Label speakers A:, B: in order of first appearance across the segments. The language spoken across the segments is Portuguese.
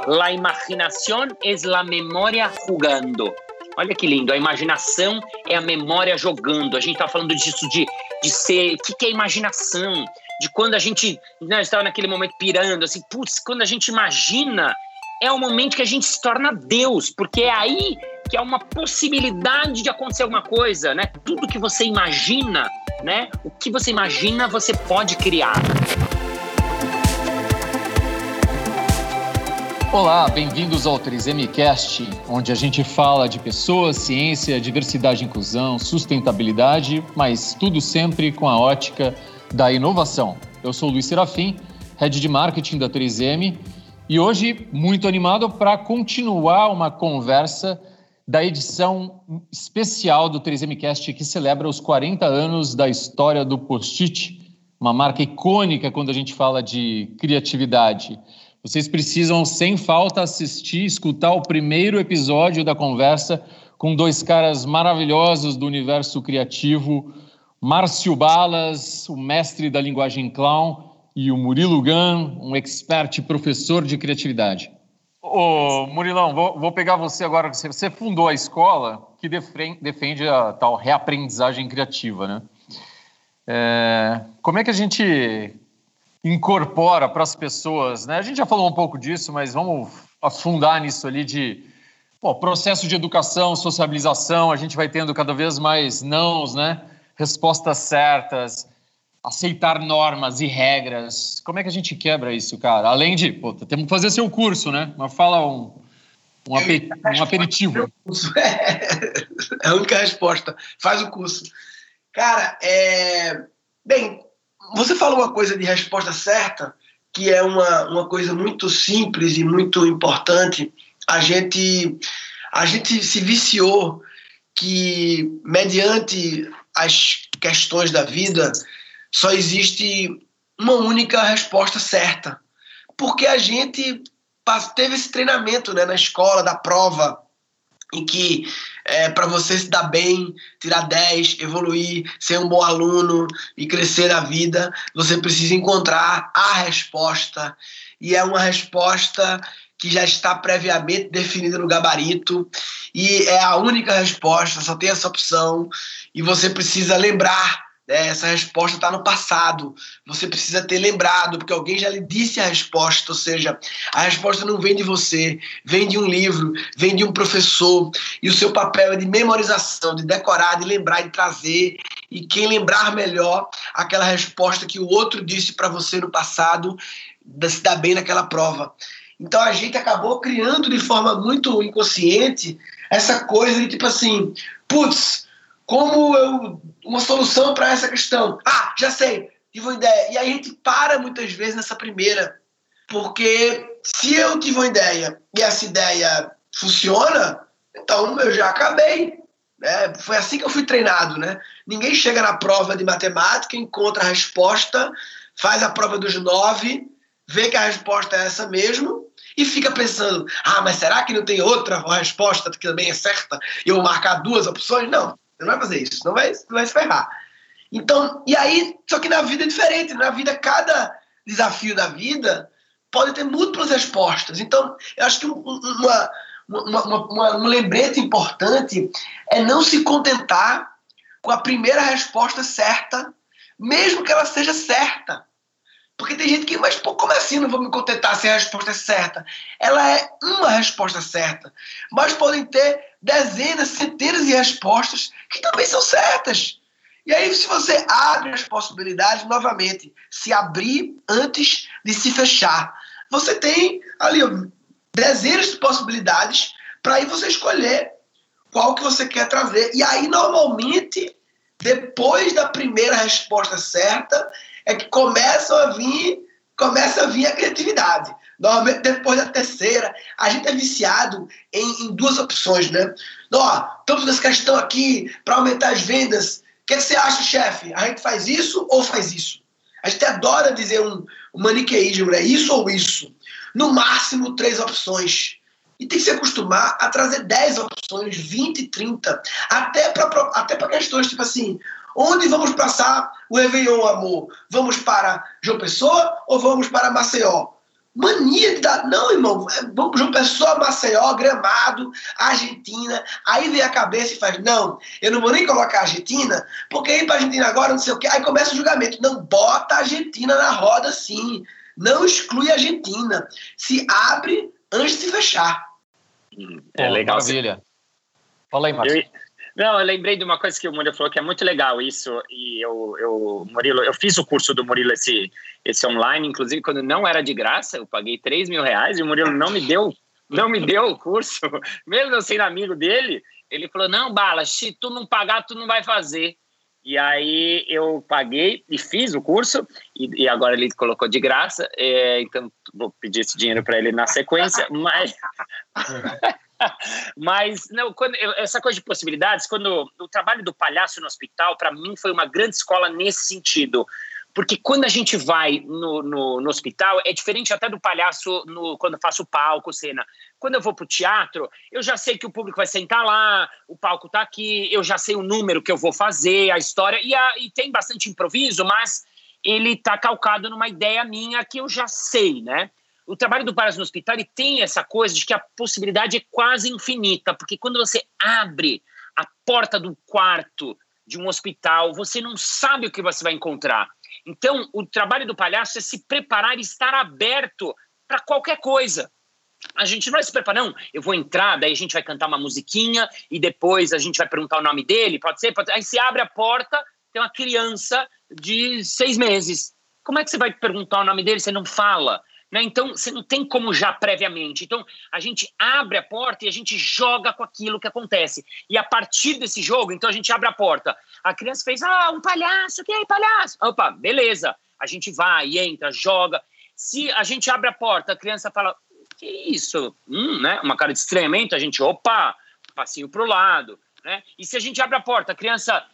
A: La imaginación es la memoria jugando. Olha que lindo, a imaginação é a memória jogando. A gente está falando disso de ser... O que é imaginação? De quando a gente estava naquele momento pirando, assim, putz, quando a gente imagina, é o momento que a gente se torna Deus, porque é aí que há uma possibilidade de acontecer alguma coisa, né? Tudo que você imagina, né? O que você imagina, você pode criar.
B: Olá, bem-vindos ao 3MCast, onde a gente fala de pessoas, ciência, diversidade e inclusão, sustentabilidade, mas tudo sempre com a ótica da inovação. Eu sou o Luiz Serafim, Head de Marketing da 3M, e hoje muito animado para continuar uma conversa da edição especial do 3MCast que celebra os 40 anos da história do Post-it, uma marca icônica quando a gente fala de criatividade. Vocês precisam, sem falta, assistir, escutar o primeiro episódio da conversa com dois caras maravilhosos do universo criativo, Márcio Balas, o mestre da linguagem clown, e o Murilo Gun, um expert professor de criatividade. Ô, Murilão, vou pegar você agora. Você fundou a escola que defende a tal reaprendizagem criativa, né? Como é que a gente incorpora para as pessoas, né? A gente já falou um pouco disso, mas vamos afundar nisso ali de processo de educação, sociabilização. A gente vai tendo cada vez mais nãos, né? Respostas certas, aceitar normas e regras. Como é que a gente quebra isso, cara? Além de, temos que fazer seu curso, né? Mas fala um aperitivo.
C: É a única resposta. Faz o curso. Cara, Bem, você falou uma coisa de resposta certa, que é uma coisa muito simples e muito importante. A gente se viciou que, mediante as questões da vida, só existe uma única resposta certa. Porque a gente teve esse treinamento, né, na escola, da prova, em que para você se dar bem, tirar 10, evoluir, ser um bom aluno e crescer na vida, você precisa encontrar a resposta. E é uma resposta que já está previamente definida no gabarito, e é a única resposta, só tem essa opção, e você precisa lembrar. Essa resposta está no passado, você precisa ter lembrado, porque alguém já lhe disse a resposta, ou seja, a resposta não vem de você, vem de um livro, vem de um professor, e o seu papel é de memorização, de decorar, de lembrar e de trazer, e quem lembrar melhor aquela resposta que o outro disse para você no passado, se dá bem naquela prova. Então a gente acabou criando de forma muito inconsciente essa coisa de tipo assim, uma solução para essa questão. Já sei, tive uma ideia. E aí a gente para muitas vezes nessa primeira, porque se eu tive uma ideia e essa ideia funciona, então eu já acabei, né? Foi assim que eu fui treinado, né? Ninguém chega na prova de matemática, encontra a resposta, faz a prova dos 9, vê que a resposta é essa mesmo e fica pensando, mas será que não tem outra resposta que também é certa e eu vou marcar 2 opções? Não. Você não vai fazer isso, não vai se ferrar. Então, e aí, só que na vida é diferente. Na vida, cada desafio da vida pode ter múltiplas respostas. Então, eu acho que um lembrete importante é não se contentar com a primeira resposta certa, mesmo que ela seja certa. Porque tem gente que, mas como assim não vou me contentar se a resposta é certa? Ela é uma resposta certa, mas podem ter dezenas, centenas de respostas que também são certas. E aí, se você abre as possibilidades, novamente, se abrir antes de se fechar, você tem ali dezenas de possibilidades para aí você escolher qual que você quer trazer. E aí, normalmente, depois da primeira resposta certa, é que começa a vir a criatividade. Normalmente, depois da terceira, a gente é viciado em 2 opções, né? Estamos nessa questão aqui para aumentar as vendas. O que você acha, chefe? A gente faz isso ou faz isso? A gente adora dizer um maniqueísmo, né? Isso ou isso. No máximo, 3 opções. E tem que se acostumar a trazer 10 opções, 20, 30, até para questões tipo assim, onde vamos passar o Réveillon, amor? Vamos para João Pessoa ou vamos para Maceió? Mania de dar... Não, irmão, vamos João Pessoa, Maceió, Gramado, Argentina. Aí vem a cabeça e faz, não, eu não vou nem colocar a Argentina, porque ir pra Argentina agora, não sei o quê. Aí começa o julgamento. Não, bota a Argentina na roda, sim. Não exclui a Argentina. Se abre antes de se fechar.
A: É legal.
B: Maravilha. Fala aí, Márcio.
A: Não, eu lembrei de uma coisa que o Murilo falou que é muito legal isso, e Murilo, eu fiz o curso do Murilo esse online, inclusive quando não era de graça, eu paguei R$3.000 e o Murilo não me deu o curso, mesmo eu sendo amigo dele, ele falou, não, Bala, se tu não pagar, tu não vai fazer. E aí eu paguei e fiz o curso, e agora ele colocou de graça, então vou pedir esse dinheiro para ele na sequência, mas não, essa coisa de possibilidades, quando o trabalho do palhaço no hospital, para mim foi uma grande escola nesse sentido, porque quando a gente vai no hospital, é diferente até do palhaço quando eu faço palco, cena. Quando eu vou pro teatro, eu já sei que o público vai sentar lá, o palco tá aqui, eu já sei o número que eu vou fazer, a história, e tem bastante improviso, mas ele tá calcado numa ideia minha que eu já sei, né? O trabalho do palhaço no hospital, ele tem essa coisa de que a possibilidade é quase infinita, porque quando você abre a porta do quarto de um hospital, você não sabe o que você vai encontrar. Então, o trabalho do palhaço é se preparar e estar aberto para qualquer coisa. A gente não vai se preparar, não. Eu vou entrar, daí a gente vai cantar uma musiquinha e depois a gente vai perguntar o nome dele, pode ser? Aí você abre a porta, tem uma criança de 6 meses. Como é que você vai perguntar o nome dele? Você não fala. Né? Então, você não tem como já previamente. Então, a gente abre a porta e a gente joga com aquilo que acontece. E a partir desse jogo, então a gente abre a porta. A criança fez, um palhaço, que é palhaço? Opa, beleza. A gente vai, entra, joga. Se a gente abre a porta, a criança fala, que isso? Né? Uma cara de estranhamento, a gente, passinho pro lado. Né? E se a gente abre a porta, a criança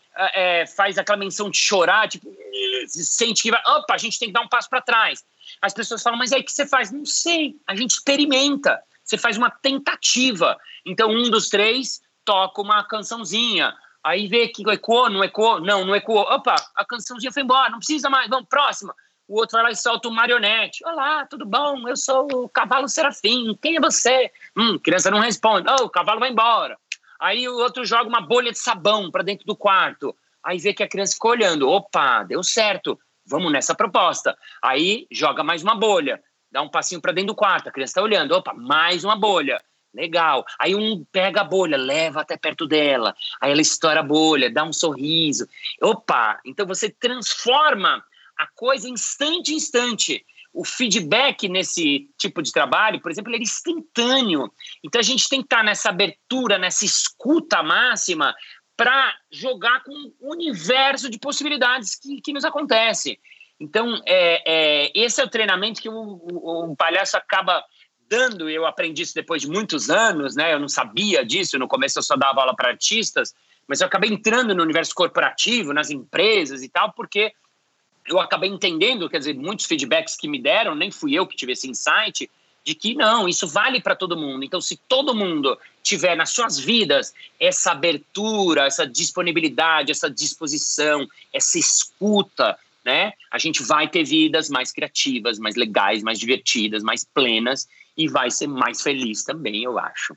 A: faz aquela menção de chorar, tipo, sente que vai, a gente tem que dar um passo para trás. As pessoas falam, mas aí o que você faz? Não sei, a gente experimenta, você faz uma tentativa. Então, um dos 3 toca uma cançãozinha, aí vê que ecoou, não ecoou, não ecoou. Opa, a cançãozinha foi embora, não precisa mais, vamos, próxima. O outro vai lá e solta um marionete. Olá, tudo bom? Eu sou o Cavalo Serafim, quem é você? Criança não responde, o cavalo vai embora. Aí o outro joga uma bolha de sabão para dentro do quarto. Aí vê que a criança ficou olhando. Opa, deu certo. Vamos nessa proposta. Aí joga mais uma bolha. Dá um passinho para dentro do quarto. A criança está olhando. Opa, mais uma bolha. Legal. Aí um pega a bolha, leva até perto dela. Aí ela estoura a bolha, dá um sorriso. Opa, então você transforma a coisa instante em instante. O feedback nesse tipo de trabalho, por exemplo, ele é instantâneo. Então a gente tem que estar nessa abertura, nessa escuta máxima para jogar com um universo de possibilidades que nos acontece. Então, esse é o treinamento que o palhaço acaba dando. Eu aprendi isso depois de muitos anos, né? Eu não sabia disso, no começo eu só dava aula para artistas, mas eu acabei entrando no universo corporativo, nas empresas e tal, porque eu acabei entendendo, quer dizer, muitos feedbacks que me deram, nem fui eu que tive esse insight, de que não, isso vale para todo mundo. Então, se todo mundo tiver nas suas vidas essa abertura, essa disponibilidade, essa disposição, essa escuta, né, a gente vai ter vidas mais criativas, mais legais, mais divertidas, mais plenas e vai ser mais feliz também, eu acho.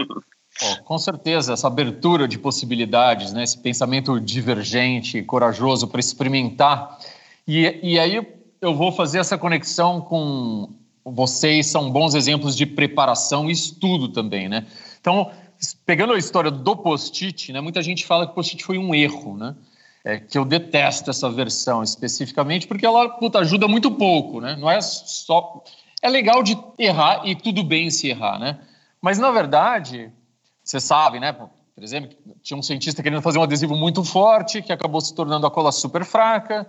B: Com certeza, essa abertura de possibilidades, né, esse pensamento divergente, corajoso para experimentar. E aí eu vou fazer essa conexão com vocês, são bons exemplos de preparação e estudo também, né? Então, pegando a história do post-it, né, muita gente fala que o post-it foi um erro, né? Que eu detesto essa versão especificamente porque ela ajuda muito pouco, né? Não é só... É legal de errar e tudo bem se errar, né? Mas, na verdade, você sabe, né? Por exemplo, tinha um cientista querendo fazer um adesivo muito forte que acabou se tornando a cola super fraca.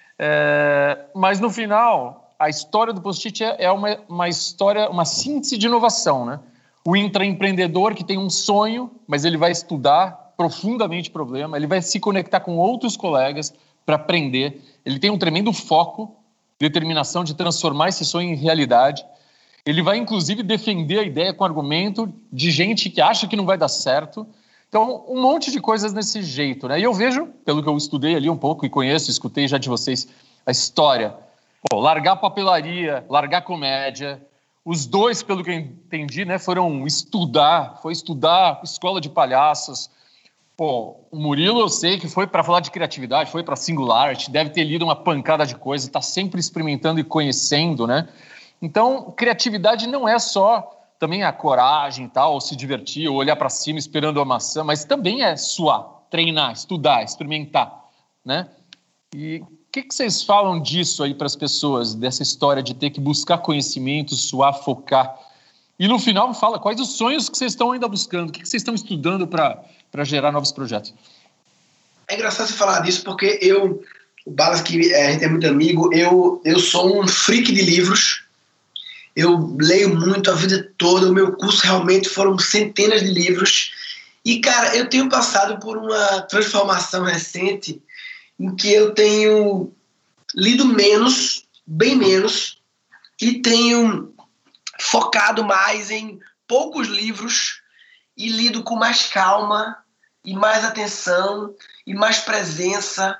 B: Mas no final, a história do post-it é uma história, uma síntese de inovação, né? O intraempreendedor que tem um sonho, mas ele vai estudar profundamente o problema, ele vai se conectar com outros colegas para aprender, ele tem um tremendo foco, determinação de transformar esse sonho em realidade, ele vai inclusive defender a ideia com argumento de gente que acha que não vai dar certo. Então, um monte de coisas desse jeito, né? E eu vejo, pelo que eu estudei ali um pouco e conheço, escutei já de vocês a história Pô, largar papelaria, largar comédia. Os dois, pelo que eu entendi, né, foi estudar escola de palhaços. Pô, o Murilo, eu sei que foi para falar de criatividade, foi para Singularity, deve ter lido uma pancada de coisa, está sempre experimentando e conhecendo, né? Então, criatividade não é só também a coragem, tal, ou se divertir, ou olhar para cima esperando a maçã, mas também é suar, treinar, estudar, experimentar, né? E o que vocês falam disso aí para as pessoas, dessa história de ter que buscar conhecimento, suar, focar? E no final me fala quais os sonhos que vocês estão ainda buscando, o que vocês estão estudando para gerar novos projetos.
C: É engraçado você falar disso porque o Balas, que a gente é muito amigo, eu sou um freak de livros. Eu leio muito a vida toda, o meu curso realmente foram centenas de livros. E, cara, eu tenho passado por uma transformação recente em que eu tenho lido menos, bem menos, e tenho focado mais em poucos livros e lido com mais calma e mais atenção e mais presença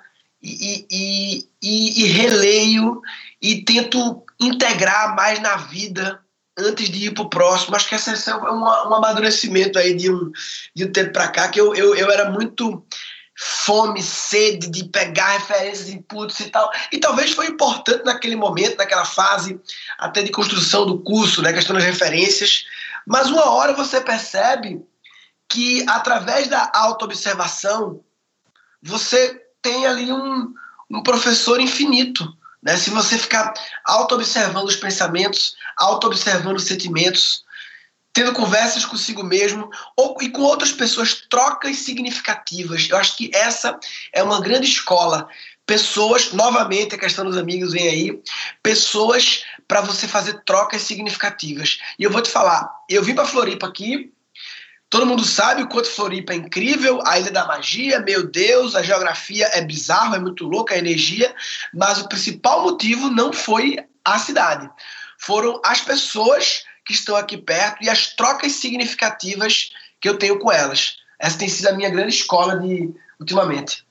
C: e releio e tento integrar mais na vida antes de ir para o próximo. Acho que esse é um amadurecimento aí de um tempo para cá, que eu era muito fome, sede de pegar referências, inputs e tal. E talvez foi importante naquele momento, naquela fase até de construção do curso, né, questão das referências. Mas uma hora você percebe que através da autoobservação você tem ali um professor infinito, né? Se você ficar auto-observando os pensamentos, auto-observando os sentimentos, tendo conversas consigo mesmo e com outras pessoas, trocas significativas. Eu acho que essa é uma grande escola. Pessoas, novamente a questão dos amigos vem aí, pessoas para você fazer trocas significativas. E eu vou te falar, eu vim para Floripa aqui, todo mundo sabe o quanto Floripa é incrível, a Ilha da Magia, meu Deus, a geografia é bizarro, é muito louca, a energia, mas o principal motivo não foi a cidade. Foram as pessoas que estão aqui perto e as trocas significativas que eu tenho com elas. Essa tem sido a minha grande escola ultimamente.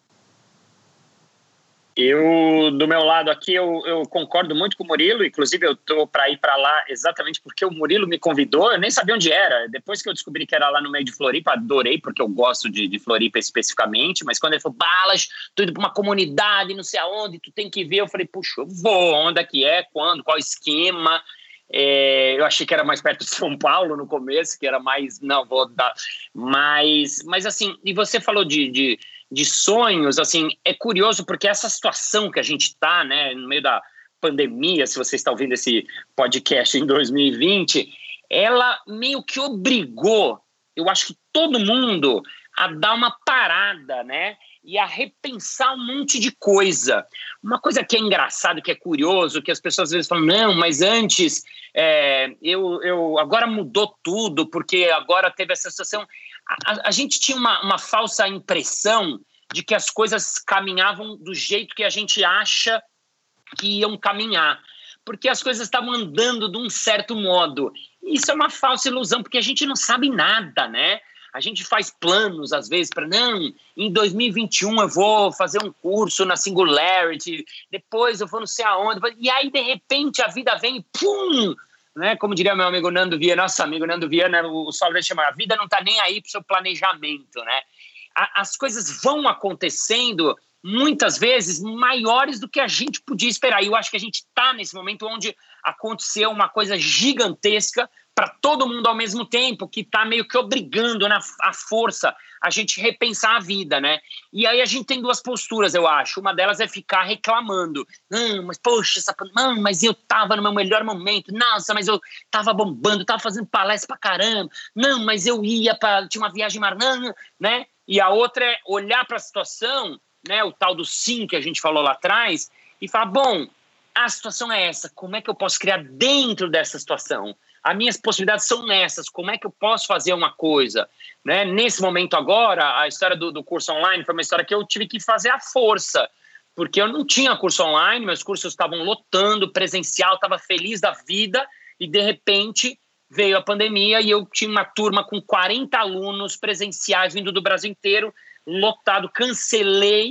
A: Do meu lado aqui, eu concordo muito com o Murilo. Inclusive, eu estou para ir para lá exatamente porque o Murilo me convidou. Eu nem sabia onde era. Depois que eu descobri que era lá no meio de Floripa, adorei, porque eu gosto de Floripa especificamente. Mas quando ele falou, Balas, tô indo para uma comunidade, não sei aonde, tu tem que ver. Eu falei, puxa, eu vou. Onde é que é? Quando? Qual esquema? Eu achei que era mais perto de São Paulo no começo, que era mais... Não, vou dar... Mas assim, e você falou de sonhos, assim, é curioso porque essa situação que a gente está, né, no meio da pandemia, se você está ouvindo esse podcast em 2020, ela meio que obrigou, eu acho que todo mundo a dar uma parada, né, e a repensar um monte de coisa. Uma coisa que é engraçado, que é curioso, que as pessoas às vezes falam, não, mas antes, agora mudou tudo, porque agora teve essa situação. A gente tinha uma falsa impressão de que as coisas caminhavam do jeito que a gente acha que iam caminhar, porque as coisas estavam andando de um certo modo. Isso é uma falsa ilusão, porque a gente não sabe nada, né? A gente faz planos, às vezes, para não, em 2021 eu vou fazer um curso na Singularity, depois eu vou não sei aonde, e aí, de repente, a vida vem e pum! Né? Como diria meu amigo Nando Viana, nosso amigo Nando Viana, o Saulo chama, a vida não está nem aí para o seu planejamento, né? As coisas vão acontecendo, muitas vezes, maiores do que a gente podia esperar. E eu acho que a gente está nesse momento onde aconteceu uma coisa gigantesca para todo mundo ao mesmo tempo, que está meio que obrigando a força a gente repensar a vida, né? E aí a gente tem duas posturas, eu acho. Uma delas é ficar reclamando. Não, mas poxa, não, mas eu estava no meu melhor momento. Nossa, mas eu estava bombando, estava fazendo palestra pra caramba. Não, mas eu tinha uma viagem marnã, né? E a outra é olhar para a situação, né? O tal do sim que a gente falou lá atrás, e falar, bom, a situação é essa, como é que eu posso criar dentro dessa situação? As minhas possibilidades são nessas, como é que eu posso fazer uma coisa? Né? Nesse momento agora, a história do curso online foi uma história que eu tive que fazer à força, porque eu não tinha curso online, meus cursos estavam lotando, presencial, estava feliz da vida, e de repente veio a pandemia e eu tinha uma turma com 40 alunos presenciais vindo do Brasil inteiro, lotado, cancelei,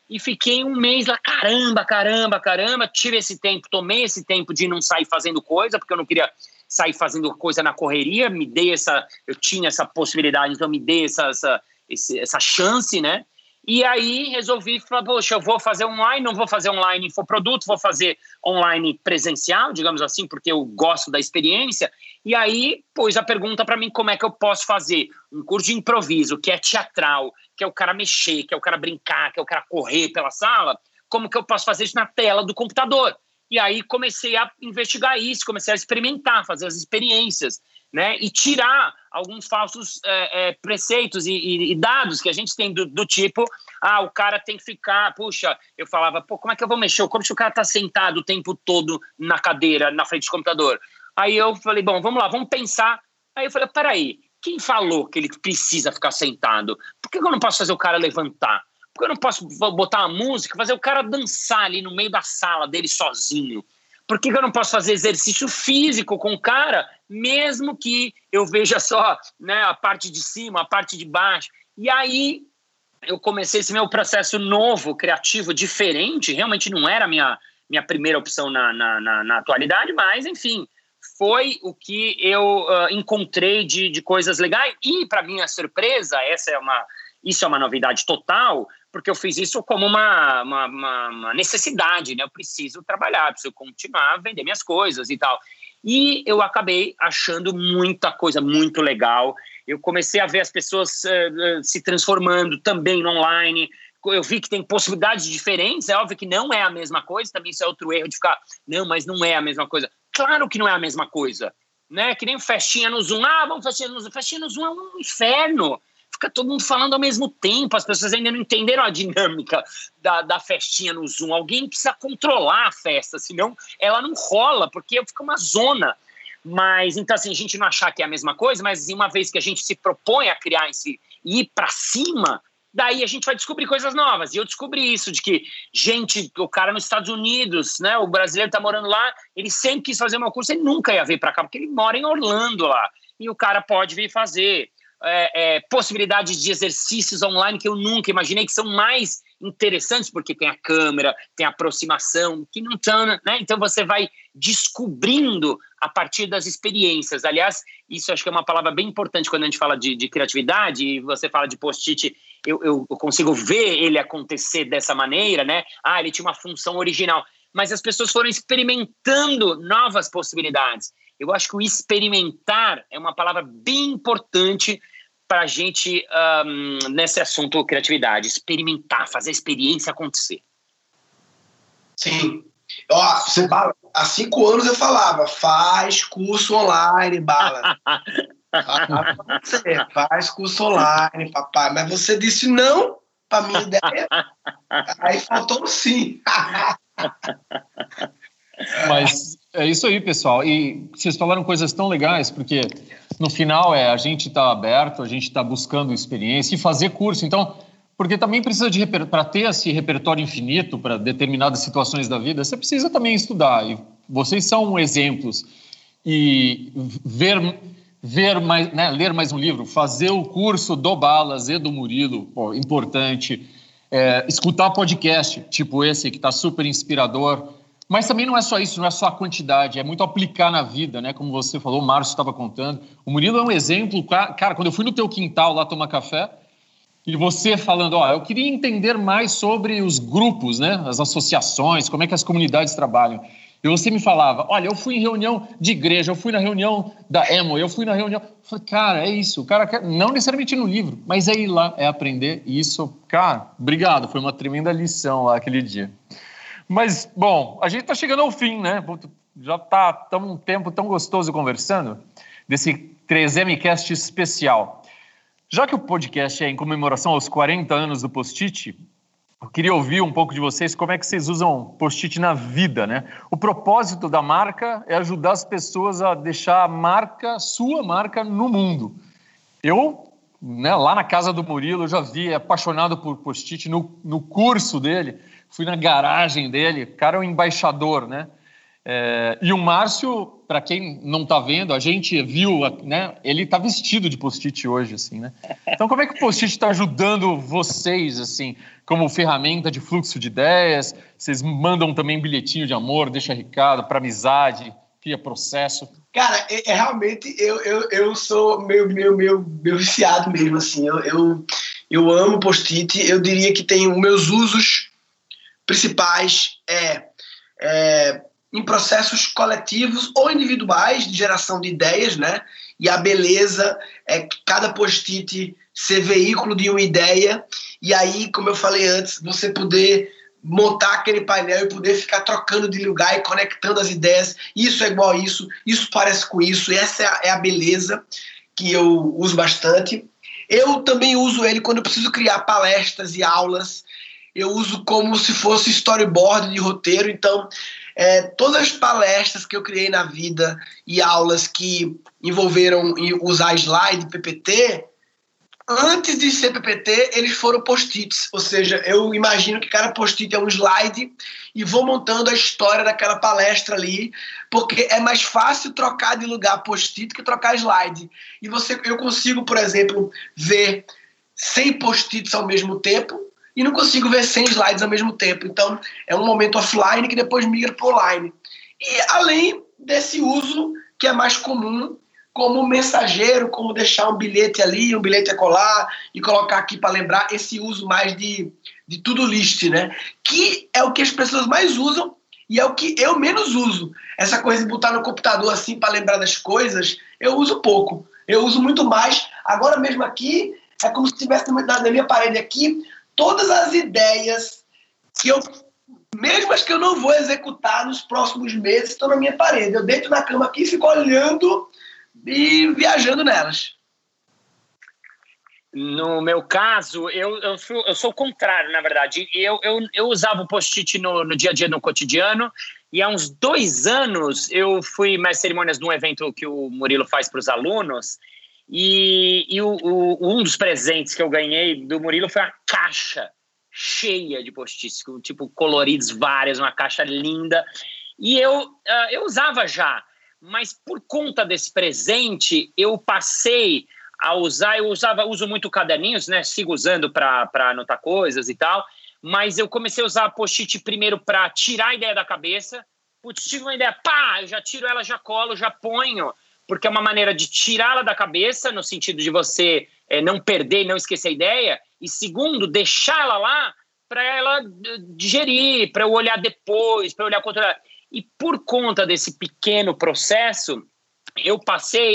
A: e fiquei um mês lá, caramba, tive esse tempo, tomei esse tempo de não sair fazendo coisa, porque eu não queria sair fazendo coisa na correria, eu tinha essa possibilidade, então me dei essa chance, né? E aí resolvi falar, poxa, eu vou fazer online, não vou fazer online infoproduto, vou fazer online presencial, digamos assim, porque eu gosto da experiência. E aí pôs a pergunta para mim, como é que eu posso fazer um curso de improviso, que é teatral, que é o cara mexer, que é o cara brincar, que é o cara correr pela sala, como que eu posso fazer isso na tela do computador? E aí comecei a investigar isso, comecei a experimentar, fazer as experiências, né? E tirar alguns falsos preceitos e dados que a gente tem do tipo, o cara tem que ficar, puxa, eu falava, como é que eu vou mexer? Como se o cara tá sentado o tempo todo na cadeira, na frente do computador? Aí eu falei, bom, vamos lá, vamos pensar. Aí eu falei, peraí, quem falou que ele precisa ficar sentado? Por que eu não posso fazer o cara levantar? Por que eu não posso botar uma música, fazer o cara dançar ali no meio da sala dele sozinho? Por que eu não posso fazer exercício físico com o cara, mesmo que eu veja só, né, a parte de cima, a parte de baixo? E aí eu comecei esse meu processo novo, criativo, diferente. Realmente não era a minha primeira opção na atualidade, mas, enfim, foi o que eu encontrei de coisas legais. E, para minha surpresa, isso é uma novidade total, porque eu fiz isso como uma necessidade, né? Eu preciso trabalhar, preciso continuar a vender minhas coisas e tal. E eu acabei achando muita coisa muito legal. Eu comecei a ver as pessoas se transformando também no online. Eu vi que tem possibilidades diferentes. É óbvio que não é a mesma coisa. Também isso é outro erro de ficar, não, mas não é a mesma coisa. Claro que não é a mesma coisa, né? Que nem festinha no Zoom. Vamos festinha no Zoom. Festinha no Zoom é um inferno. Fica todo mundo falando ao mesmo tempo, as pessoas ainda não entenderam a dinâmica da festinha no Zoom. Alguém precisa controlar a festa, senão ela não rola, porque fica uma zona. Mas, então, assim, a gente não achar que é a mesma coisa, mas uma vez que a gente se propõe a criar e ir para cima, daí a gente vai descobrir coisas novas. E eu descobri isso, de que o cara nos Estados Unidos, né, o brasileiro tá morando lá, ele sempre quis fazer uma curso, ele nunca ia vir para cá, porque ele mora em Orlando lá. E o cara pode vir fazer. Possibilidades de exercícios online que eu nunca imaginei, que são mais interessantes, porque tem a câmera, tem a aproximação, que não estão, né? Então você vai descobrindo a partir das experiências. Aliás, isso acho que é uma palavra bem importante quando a gente fala de criatividade, e você fala de post-it, eu consigo ver ele acontecer dessa maneira, né? Ele tinha uma função original, mas as pessoas foram experimentando novas possibilidades. Eu acho que o experimentar é uma palavra bem importante para a gente nesse assunto criatividade. Experimentar, fazer a experiência acontecer.
C: Sim. Há 5 anos eu falava, faz curso online, Bala. Faz curso online, papai. Mas você disse não para minha ideia. Aí faltou sim.
B: Mas é isso aí, pessoal. E vocês falaram coisas tão legais, porque no final a gente está aberto, a gente está buscando experiência e fazer curso. Então, porque também precisa para ter esse repertório infinito para determinadas situações da vida, você precisa também estudar. E vocês são exemplos. E ler mais um livro, fazer o curso do Balas e do Murilo, importante. Escutar podcast, tipo esse, que está super inspirador. Mas também não é só isso, não é só a quantidade, é muito aplicar na vida, né? Como você falou, o Márcio estava contando. O Murilo é um exemplo, cara, quando eu fui no teu quintal lá tomar café, e você falando, eu queria entender mais sobre os grupos, né? As associações, como é que as comunidades trabalham. E você me falava, olha, eu fui em reunião de igreja, eu fui na reunião da Emo, eu fui na reunião... Eu falei, cara, é isso, o cara quer, não necessariamente no livro, mas é ir lá, é aprender, e isso, cara, obrigado, foi uma tremenda lição lá aquele dia. Mas, bom, a gente está chegando ao fim, né? Já está um tempo tão gostoso conversando desse 3Mcast especial. Já que o podcast é em comemoração aos 40 anos do Post-it, eu queria ouvir um pouco de vocês como é que vocês usam Post-it na vida, né? O propósito da marca é ajudar as pessoas a deixar sua marca no mundo. Eu, lá na casa do Murilo, eu já vi, apaixonado por Post-it no curso dele, fui na garagem dele, o cara é um embaixador, né? E o Márcio, para quem não está vendo, a gente viu, né? Ele está vestido de post-it hoje, assim, né? Então, como é que o post-it está ajudando vocês, assim, como ferramenta de fluxo de ideias? Vocês mandam também bilhetinho de amor, deixa recado para amizade, cria processo?
C: Cara, realmente eu sou meio viciado mesmo, assim. Eu amo post-it. Eu diria que tem os meus usos principais em processos coletivos ou individuais de geração de ideias, né? E a beleza é cada post-it ser veículo de uma ideia, e aí, como eu falei antes, você poder montar aquele painel e poder ficar trocando de lugar e conectando as ideias. Isso é igual a isso parece com isso, essa é a beleza que eu uso bastante. Eu também uso ele quando eu preciso criar palestras e aulas. Eu uso como se fosse storyboard de roteiro. Então, todas as palestras que eu criei na vida e aulas que envolveram usar slide, PPT, antes de ser PPT, eles foram post-its. Ou seja, eu imagino que cada post-it é um slide e vou montando a história daquela palestra ali, porque é mais fácil trocar de lugar post-it que trocar slide. E eu consigo, por exemplo, ver 100 post-its ao mesmo tempo e não consigo ver 100 slides ao mesmo tempo. Então, é um momento offline que depois migra para online. E além desse uso que é mais comum, como mensageiro, como deixar um bilhete ali, um bilhete a colar e colocar aqui para lembrar, esse uso mais de to-do list, né? Que é o que as pessoas mais usam e é o que eu menos uso. Essa coisa de botar no computador assim para lembrar das coisas, eu uso pouco. Eu uso muito mais. Agora mesmo aqui, é como se tivesse na minha parede aqui todas as ideias que mesmo as que eu não vou executar nos próximos meses, estão na minha parede. Eu deito na cama aqui e fico olhando e viajando nelas.
A: No meu caso, eu sou o contrário, na verdade. Eu usava o post-it no dia a dia, no cotidiano, e há uns 2 anos eu fui mestre de cerimônias num evento que o Murilo faz para os alunos, e um dos presentes que eu ganhei do Murilo foi uma caixa cheia de post-its, tipo coloridos vários, uma caixa linda. E eu usava já, mas por conta desse presente, eu passei a usar, uso muito caderninhos, né? Sigo usando para anotar coisas e tal, mas eu comecei a usar post-it primeiro para tirar a ideia da cabeça. Putz, tive uma ideia, pá, eu já tiro ela, já colo, já ponho, porque é uma maneira de tirá-la da cabeça, no sentido de você não perder, não esquecer a ideia, e segundo, deixá-la lá para ela digerir, para eu olhar depois, para eu olhar contra. E por conta desse pequeno processo, eu passei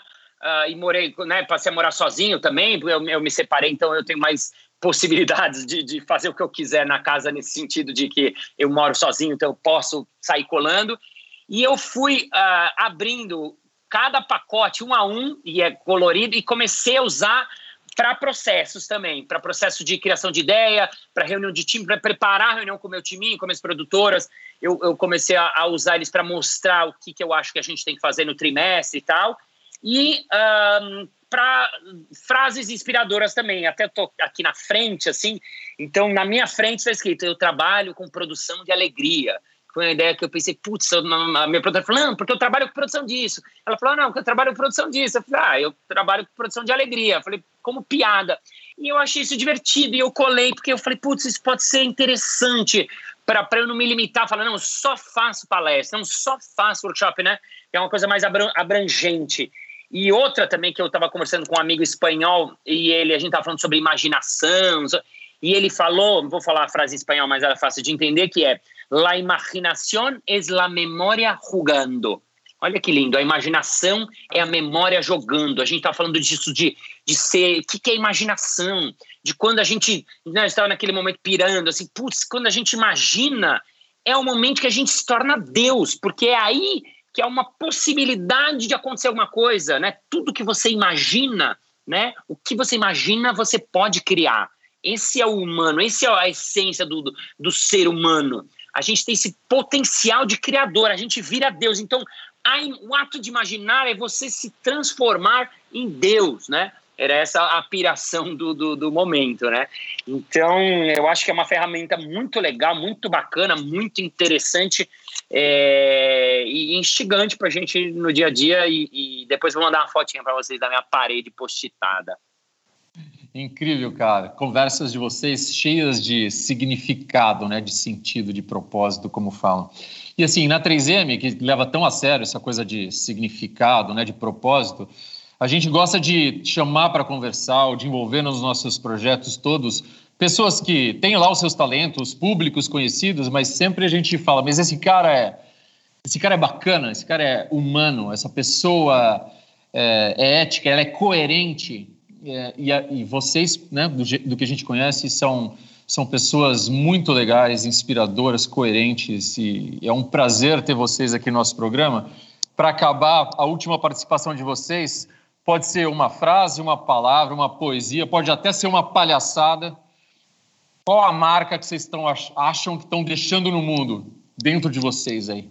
A: passei a morar sozinho também, eu me separei, então eu tenho mais possibilidades de fazer o que eu quiser na casa, nesse sentido de que eu moro sozinho, então eu posso sair colando. E eu fui abrindo cada pacote um a um, e é colorido, e comecei a usar para processos também, para processo de criação de ideia, para reunião de time, para preparar a reunião com o meu time, com minhas produtoras. Eu comecei a usar eles para mostrar o que eu acho que a gente tem que fazer no trimestre e tal. E para frases inspiradoras também. Até estou aqui na frente, assim. Então, na minha frente está escrito: eu trabalho com produção de alegria. Foi uma ideia que eu pensei, putz, a minha produtora falou, não, porque eu trabalho com produção disso. Ela falou, não, porque eu trabalho com produção disso. Eu falei, eu trabalho com produção de alegria. Eu falei, como piada. E eu achei isso divertido e eu colei, porque eu falei, putz, isso pode ser interessante para eu não me limitar a falar, não, eu só faço palestra, não, só faço workshop, né? Que é uma coisa mais abrangente. E outra também que eu estava conversando com um amigo espanhol e a gente estava falando sobre imaginação, e ele falou, não vou falar a frase em espanhol, mas ela é fácil de entender, que é la imaginación es la memoria jugando. Olha que lindo, a imaginação é a memória jogando. A gente está falando disso, de ser... O que é imaginação? De quando a gente estava naquele momento pirando, assim, putz, quando a gente imagina, é o momento que a gente se torna Deus, porque é aí que é uma possibilidade de acontecer alguma coisa, né? Tudo que você imagina, né? O que você imagina, você pode criar. Esse é o humano, esse é a essência do ser humano. A gente tem esse potencial de criador, a gente vira Deus. Então, o ato de imaginar é você se transformar em Deus, né? Era essa a piração do momento, né? Então, eu acho que é uma ferramenta muito legal, muito bacana, muito interessante. e instigante pra gente no dia a dia, e depois vou mandar uma fotinha para vocês da minha parede postitada.
B: Incrível, cara. Conversas de vocês cheias de significado, né? De sentido, de propósito, como falam. E assim, na 3M, que leva tão a sério essa coisa de significado, né? De propósito, a gente gosta de chamar para conversar ou de envolver nos nossos projetos todos pessoas que têm lá os seus talentos, públicos conhecidos, mas sempre a gente fala, mas esse cara é bacana, esse cara é humano, essa pessoa é ética, ela é coerente. E vocês, né, do que a gente conhece, são pessoas muito legais, inspiradoras, coerentes, e é um prazer ter vocês aqui no nosso programa. Para acabar, a última participação de vocês pode ser uma frase, uma palavra, uma poesia, pode até ser uma palhaçada. Qual a marca que vocês acham que estão deixando no mundo, dentro de vocês aí?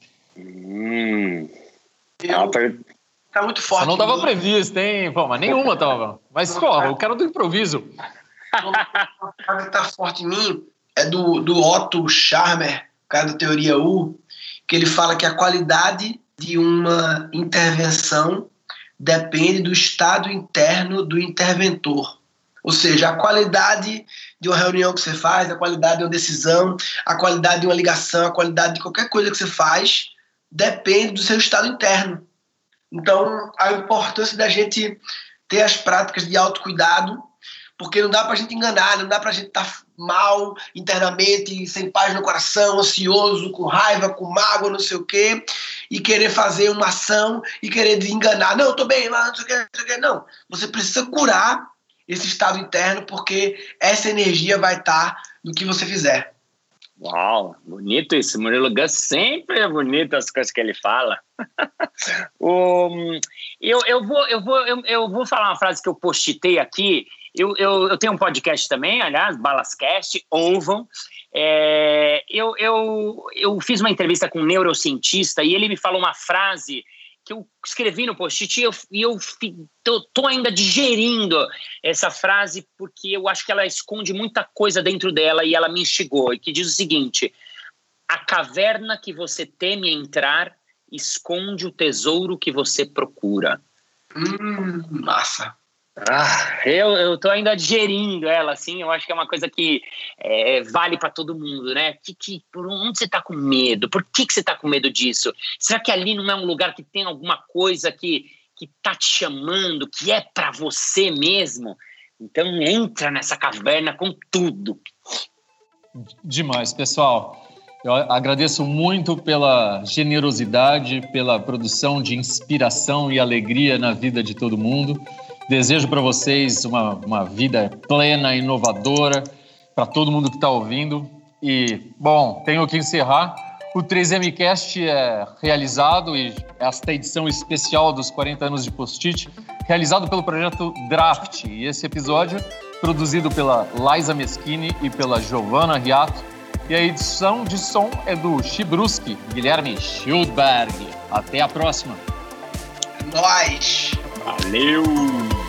C: Tá muito forte.
B: Não estava previsto, hein? Pô, mas nenhuma estava. Mas, porra, eu quero do improviso.
C: Uma frase que tá forte em mim é do Otto Scharmer, cara da teoria U, que ele fala que a qualidade de uma intervenção depende do estado interno do interventor. Ou seja, a qualidade de uma reunião que você faz, a qualidade de uma decisão, a qualidade de uma ligação, a qualidade de qualquer coisa que você faz depende do seu estado interno. Então, a importância da gente ter as práticas de autocuidado, porque não dá pra gente enganar, não dá pra gente estar mal internamente, sem paz no coração, ansioso, com raiva, com mágoa, não sei o quê, e querer fazer uma ação e querer enganar. Não, eu tô bem, não sei o quê. Não, você precisa curar esse estado interno, porque essa energia vai estar no que você fizer.
A: Uau, bonito isso. Murilo Gun sempre é bonito as coisas que ele fala. Eu vou falar uma frase que eu postitei aqui. Eu tenho um podcast também, aliás, Balascast, ouvam. Eu fiz uma entrevista com um neurocientista e ele me falou uma frase que eu escrevi no post-it e eu tô ainda digerindo essa frase porque eu acho que ela esconde muita coisa dentro dela e ela me instigou, e que diz o seguinte: a caverna que você teme entrar esconde o tesouro que você procura.
C: Massa.
A: Eu tô ainda digerindo ela, assim. Eu acho que é uma coisa que vale para todo mundo, né? Por onde você tá com medo? Por que você tá com medo disso? Será que ali não é um lugar que tem alguma coisa que tá te chamando, que é para você mesmo? Então entra nessa caverna com tudo.
B: Demais, pessoal. Eu agradeço muito pela generosidade, pela produção de inspiração e alegria na vida de todo mundo. Desejo para vocês uma vida plena, inovadora, para todo mundo que está ouvindo. E, bom, tenho que encerrar. O 3MCast é realizado, e esta edição especial dos 40 anos de Post-it, realizado pelo projeto Draft. E esse episódio, produzido pela Laisa Meschini e pela Giovanna Riato. E a edição de som é do Chibruski, Guilherme Schildberg. Até a próxima.
C: Nós.
A: Valeu!